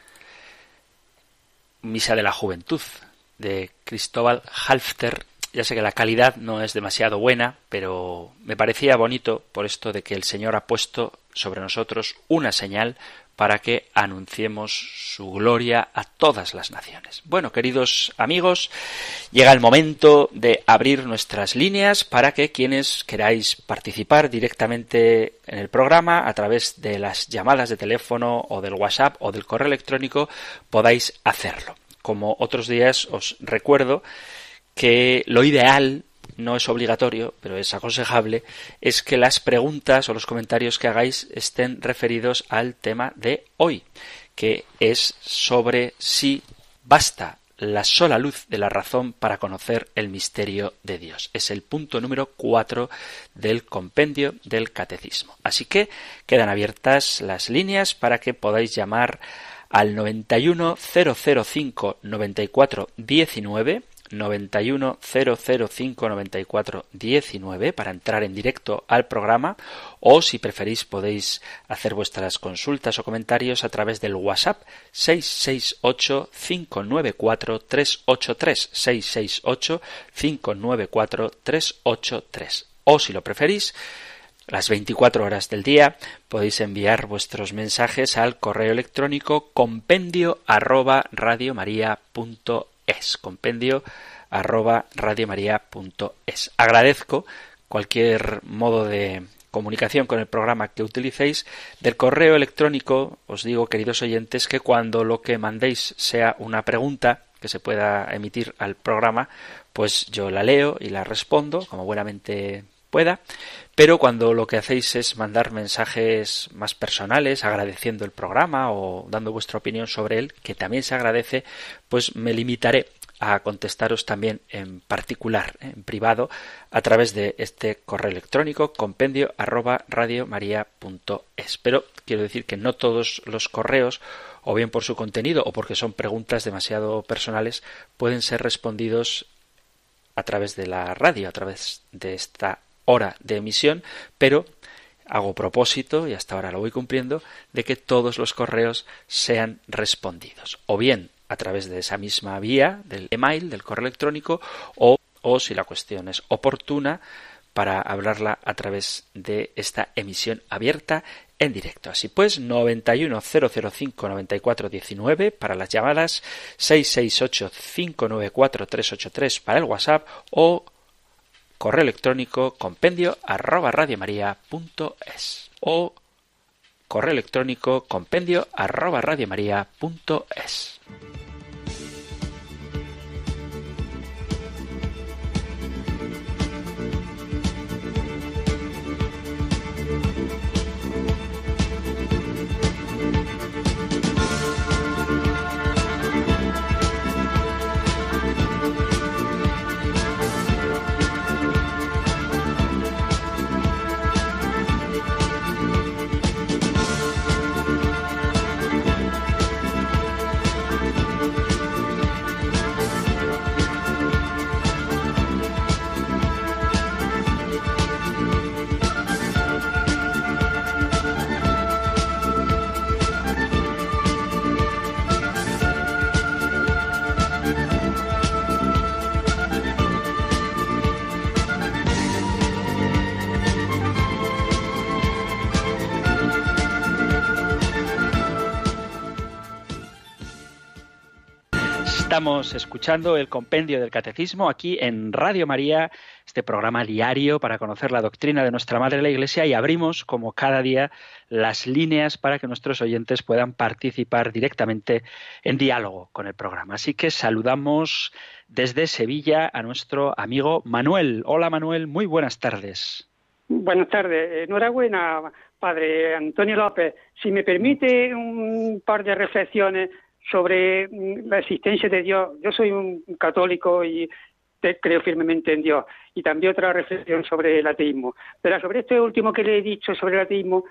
Misa de la Juventud, de Cristóbal Halffter. Ya sé que la calidad no es demasiado buena, pero me parecía bonito por esto de que el Señor ha puesto sobre nosotros una señal para que anunciemos su gloria a todas las naciones. Bueno, queridos amigos, llega el momento de abrir nuestras líneas para que quienes queráis participar directamente en el programa a través de las llamadas de teléfono o del WhatsApp o del correo electrónico podáis hacerlo. Como otros días os recuerdo que lo ideal, no es obligatorio, pero es aconsejable, es que las preguntas o los comentarios que hagáis estén referidos al tema de hoy, que es sobre si basta la sola luz de la razón para conocer el misterio de Dios. Es el punto número 4 del compendio del Catecismo. Así que quedan abiertas las líneas para que podáis llamar al 91 005 94 19, 91-005-94-19 para entrar en directo al programa, o si preferís podéis hacer vuestras consultas o comentarios a través del WhatsApp 668-594-383, 668-594-383. O si lo preferís, las 24 horas del día podéis enviar vuestros mensajes al correo electrónico compendio@radiomaria.es, compendio@radiomaria.es. Agradezco cualquier modo de comunicación con el programa que utilicéis. Del correo electrónico os digo, queridos oyentes, que cuando lo que mandéis sea una pregunta que se pueda emitir al programa, pues yo la leo y la respondo como buenamente pueda, pero cuando lo que hacéis es mandar mensajes más personales agradeciendo el programa o dando vuestra opinión sobre él, que también se agradece, pues me limitaré a contestaros también en particular, en privado, a través de este correo electrónico compendio@radiomaria.es. Pero quiero decir que no todos los correos, o bien por su contenido o porque son preguntas demasiado personales, pueden ser respondidos a través de la radio, a través de esta hora de emisión, pero hago propósito, y hasta ahora lo voy cumpliendo, de que todos los correos sean respondidos, o bien a través de esa misma vía del email, del correo electrónico, o si la cuestión es oportuna, para hablarla a través de esta emisión abierta en directo. Así pues, 91-005-94-19 para las llamadas, 668-594-383 para el WhatsApp, o correo electrónico compendio@radiomaria.es, o correo electrónico compendio@radiomaria.es. Estamos escuchando el Compendio del Catecismo aquí en Radio María, este programa diario para conocer la doctrina de nuestra Madre la Iglesia, y abrimos, como cada día, las líneas para que nuestros oyentes puedan participar directamente en diálogo con el programa. Así que saludamos desde Sevilla a nuestro amigo Manuel. Hola Manuel, muy buenas tardes. Buenas tardes. Enhorabuena, Padre Antonio López. Si me permite un par de reflexiones sobre la existencia de Dios. Yo soy un católico y creo firmemente en Dios. Y también otra reflexión sobre el ateísmo. Pero sobre esto último que le he dicho sobre el ateísmo,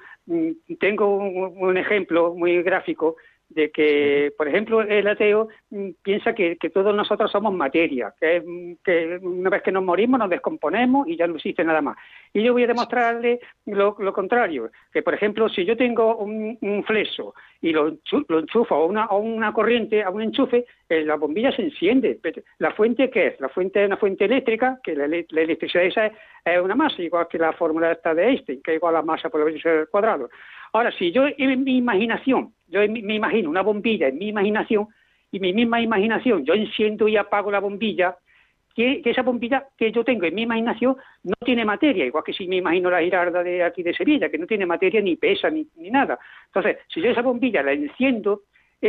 tengo un ejemplo muy gráfico de que, por ejemplo, el ateo piensa que todos nosotros somos materia, que una vez que nos morimos nos descomponemos y ya no existe nada más. Y yo voy a demostrarle lo contrario, que por ejemplo, si yo tengo un fleso y lo enchufo a una corriente, a un enchufe, la bombilla se enciende. ¿La fuente qué es? La fuente es una fuente eléctrica, que la electricidad esa es una masa, igual que la fórmula esta de Einstein, que es igual a la masa por la velocidad al cuadrado. Ahora, si yo en mi imaginación, me imagino una bombilla en mi imaginación, y mi misma imaginación, yo enciendo y apago la bombilla, que esa bombilla que yo tengo en mi imaginación no tiene materia, igual que si me imagino la Girarda de aquí de Sevilla, que no tiene materia ni pesa ni nada. Entonces, si yo esa bombilla la enciendo,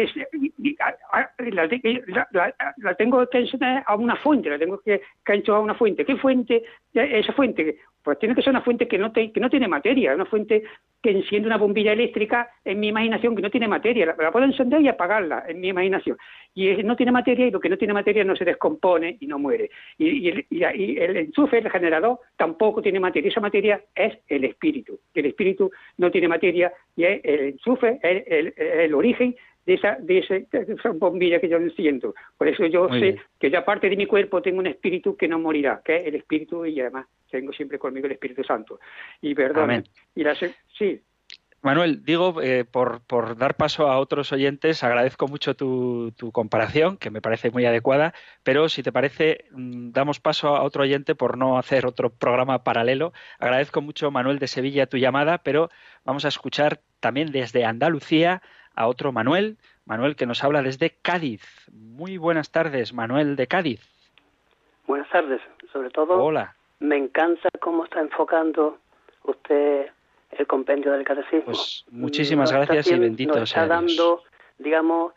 la tengo que encender a una fuente, la tengo que enchufar a una fuente. ¿Qué fuente? Esa fuente, pues tiene que ser una fuente que no tiene materia, una fuente que enciende una bombilla eléctrica en mi imaginación que no tiene materia. La puedo encender y apagarla en mi imaginación. Y no tiene materia, y lo que no tiene materia no se descompone y no muere. Y el enchufe, el generador, tampoco tiene materia. Esa materia es el espíritu. El espíritu no tiene materia y el enchufe es el origen esa bombilla que yo enciendo. Por eso yo Muy sé bien. que yo aparte de mi cuerpo tengo un espíritu que no morirá, que es el espíritu, y además tengo siempre conmigo el Espíritu Santo. Y perdón. Amén. Y sí, Manuel, digo, por dar paso a otros oyentes, agradezco mucho tu comparación, que me parece muy adecuada, pero si te parece, damos paso a otro oyente por no hacer otro programa paralelo. Agradezco mucho, Manuel de Sevilla, tu llamada, pero vamos a escuchar también desde Andalucía a otro Manuel, Manuel que nos habla desde Cádiz. Muy buenas tardes, Manuel de Cádiz. Buenas tardes. Sobre todo, Hola. me encanta cómo está enfocando usted el compendio del catecismo. Pues muchísimas Nos está gracias y haciendo- bendito nos está sea Dios. dando, digamos,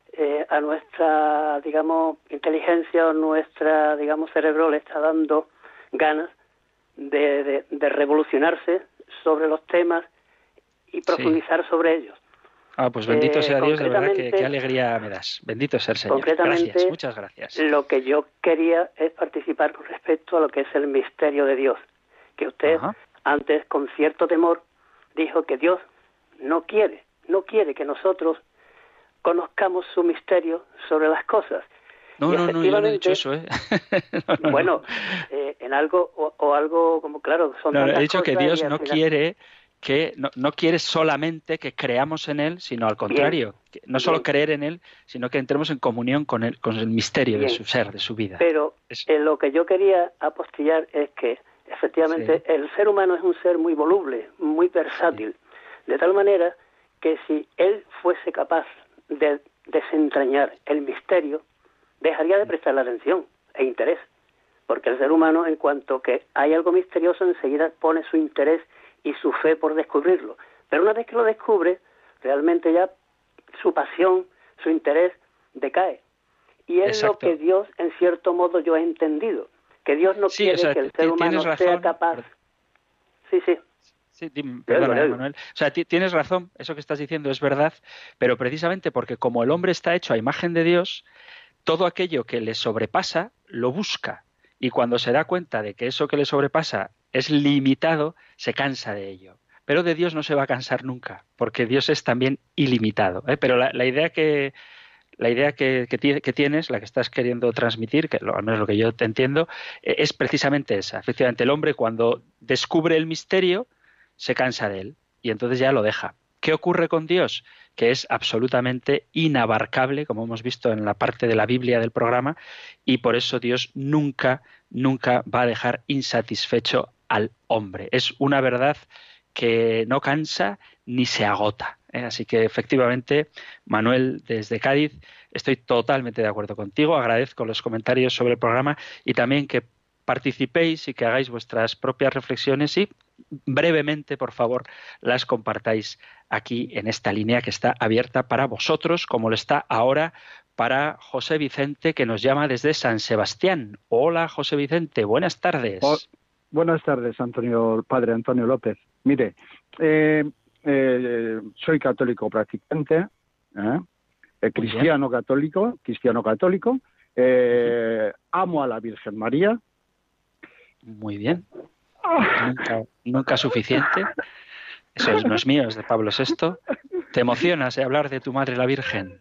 a nuestra, digamos, inteligencia o nuestra, digamos, cerebro le está dando ganas de revolucionarse sobre los temas y profundizar sobre ellos. Ah, pues bendito sea Dios, de verdad, concretamente- qué alegría me das. Bendito sea el Señor. Concretamente, Gracias, muchas gracias. Lo que yo quería es participar con respecto a lo que es el misterio de Dios, que usted Ajá. antes con cierto temor dijo que Dios no quiere que nosotros conozcamos su misterio sobre las cosas. No, Y no, no, yo no he dicho efectivamente, eso, ¿eh? No, no, Bueno, no. en algo o algo como, claro, son No, no, he tantas dicho que cosas Dios y al no final- quiere no quiere solamente que creamos en Él, sino al contrario, que no solo Bien. creer en Él, sino que entremos en comunión con Él, con el misterio de Bien. su ser, de su vida. Pero Es- lo que yo quería apostillar es que efectivamente el ser humano es un ser muy voluble, muy versátil, de tal manera que si él fuese capaz de desentrañar el misterio, dejaría de prestarle atención e interés, porque el ser humano, en cuanto que hay algo misterioso, enseguida pone su interés y su fe por descubrirlo. Pero una vez que lo descubre, realmente ya su pasión, su interés decae. Y es Exacto. lo que Dios, en cierto modo, yo he entendido. Que Dios no Sí, quiere o sea, que el ser humano tienes sea razón, capaz... pero- Sí, sí. Sí, Oigo, perdona, oigo. Manuel. O sea, tienes razón, eso que estás diciendo es verdad, pero precisamente porque como el hombre está hecho a imagen de Dios, todo aquello que le sobrepasa lo busca. Y cuando se da cuenta de que eso que le sobrepasa es limitado, se cansa de ello. Pero de Dios no se va a cansar nunca, porque Dios es también ilimitado. Pero la idea que tienes, la que estás queriendo transmitir, que al menos lo que yo te entiendo, es precisamente esa. Efectivamente, el hombre cuando descubre el misterio, se cansa de él y entonces ya lo deja. ¿Qué ocurre con Dios? Que es absolutamente inabarcable, como hemos visto en la parte de la Biblia del programa, y por eso Dios nunca, nunca va a dejar insatisfecho al hombre. Es una verdad que no cansa ni se agota. Así que efectivamente, Manuel, desde Cádiz, estoy totalmente de acuerdo contigo. Agradezco los comentarios sobre el programa y también que participéis y que hagáis vuestras propias reflexiones y brevemente, por favor, las compartáis aquí en esta línea que está abierta para vosotros, como lo está ahora para José Vicente, que nos llama desde San Sebastián. Hola, José Vicente, buenas tardes. Buenas tardes, padre Antonio López. Mire, soy católico practicante, cristiano católico, amo a la Virgen María. Muy bien. Nunca suficiente. Eso no es mío, es de Pablo VI. ¿Te emocionas de hablar de tu madre la Virgen?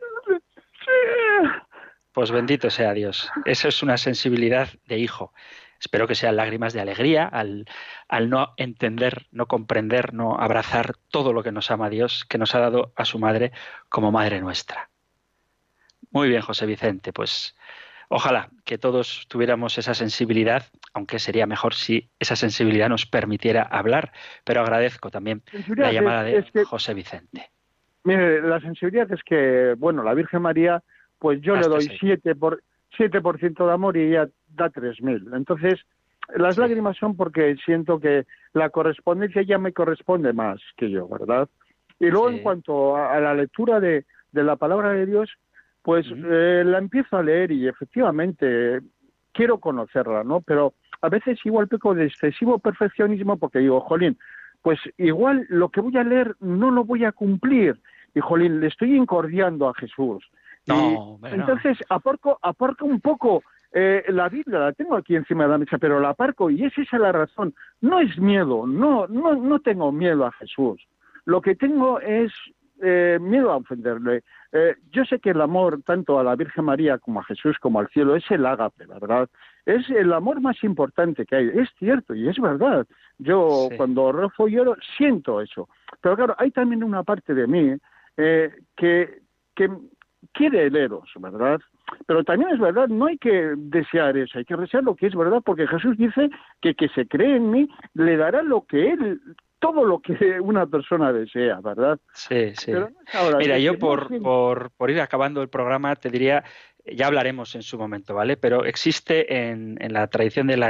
Pues bendito sea Dios. Eso es una sensibilidad de hijo. Espero que sean lágrimas de alegría al no entender, no comprender, no abrazar todo lo que nos ama Dios, que nos ha dado a su madre como madre nuestra. Muy bien, José Vicente, pues ojalá que todos tuviéramos esa sensibilidad, aunque sería mejor si esa sensibilidad nos permitiera hablar, pero agradezco también la llamada de José Vicente. Mire, la sensibilidad es que, bueno, la Virgen María, pues yo le doy 7% de amor y ella da 3.000. Entonces, las lágrimas son porque siento que la correspondencia ya me corresponde más que yo, ¿verdad? Y luego, en cuanto a la lectura de la palabra de Dios, pues la empiezo a leer y efectivamente quiero conocerla, ¿no? Pero a veces igual peco de excesivo perfeccionismo porque digo, jolín, pues igual lo que voy a leer no lo voy a cumplir. Y jolín, le estoy incordiando a Jesús. No, entonces aparco un poco la Biblia, la tengo aquí encima de la mesa, pero la aparco y es esa la razón. No es miedo, no tengo miedo a Jesús. Lo que tengo es miedo a ofenderle. Yo sé que el amor, tanto a la Virgen María como a Jesús como al cielo, es el ágape, ¿verdad? Es el amor más importante que hay. Es cierto y es verdad. Yo cuando rezo y lloro siento eso. Pero claro, hay también una parte de mí que quiere el eros, ¿verdad? Pero también es verdad, no hay que desear eso, hay que desear lo que es verdad, porque Jesús dice que se cree en mí le dará lo que él, todo lo que una persona desea, ¿verdad? Sí, sí. Pero no es ahora, Mira, yo no por ir acabando el programa te diría, ya hablaremos en su momento, ¿vale? Pero existe en la tradición de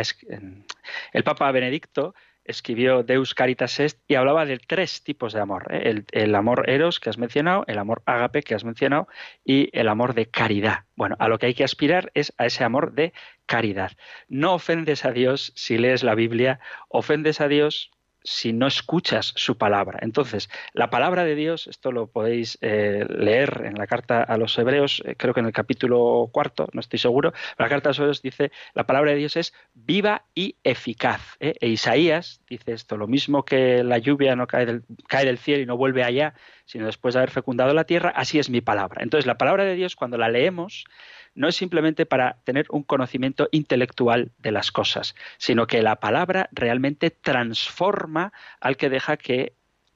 el Papa Benedicto escribió Deus Caritas Est y hablaba de 3 tipos de amor, ¿eh? El amor eros que has mencionado, el amor ágape que has mencionado y el amor de caridad. Bueno, a lo que hay que aspirar es a ese amor de caridad. No ofendes a Dios si lees la Biblia, ofendes a Dios si no escuchas su palabra. Entonces, la palabra de Dios, esto lo podéis leer en la carta a los Hebreos, creo que en el capítulo 4, no estoy seguro, pero la carta a los Hebreos dice, la palabra de Dios es viva y eficaz. E Isaías dice esto, lo mismo que la lluvia no cae del cielo y no vuelve allá, sino después de haber fecundado la tierra, así es mi palabra. Entonces, la palabra de Dios, cuando la leemos, no es simplemente para tener un conocimiento intelectual de las cosas, sino que la palabra realmente transforma al que deja que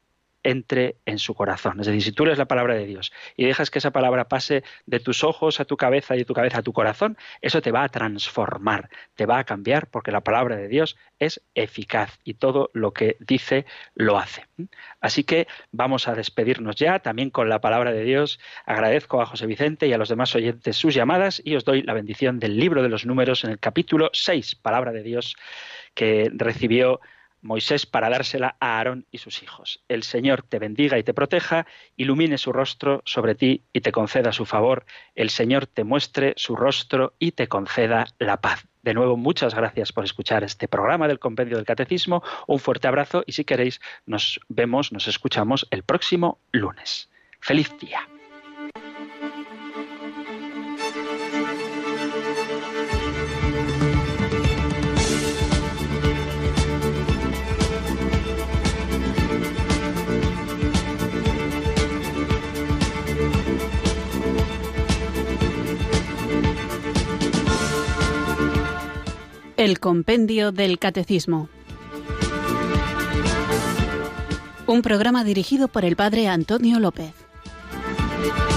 entre en su corazón. Es decir, si tú lees la palabra de Dios y dejas que esa palabra pase de tus ojos a tu cabeza y de tu cabeza a tu corazón, eso te va a transformar, te va a cambiar, porque la palabra de Dios es eficaz y todo lo que dice lo hace. Así que vamos a despedirnos ya, también con la palabra de Dios. Agradezco a José Vicente y a los demás oyentes sus llamadas y os doy la bendición del libro de los Números en el capítulo 6, palabra de Dios que recibió Moisés para dársela a Aarón y sus hijos. El Señor te bendiga y te proteja, ilumine su rostro sobre ti y te conceda su favor. El Señor te muestre su rostro y te conceda la paz. De nuevo, muchas gracias por escuchar este programa del Compendio del Catecismo. Un fuerte abrazo y si queréis nos escuchamos el próximo lunes. ¡Feliz día! El Compendio del Catecismo. Un programa dirigido por el Padre Antonio López.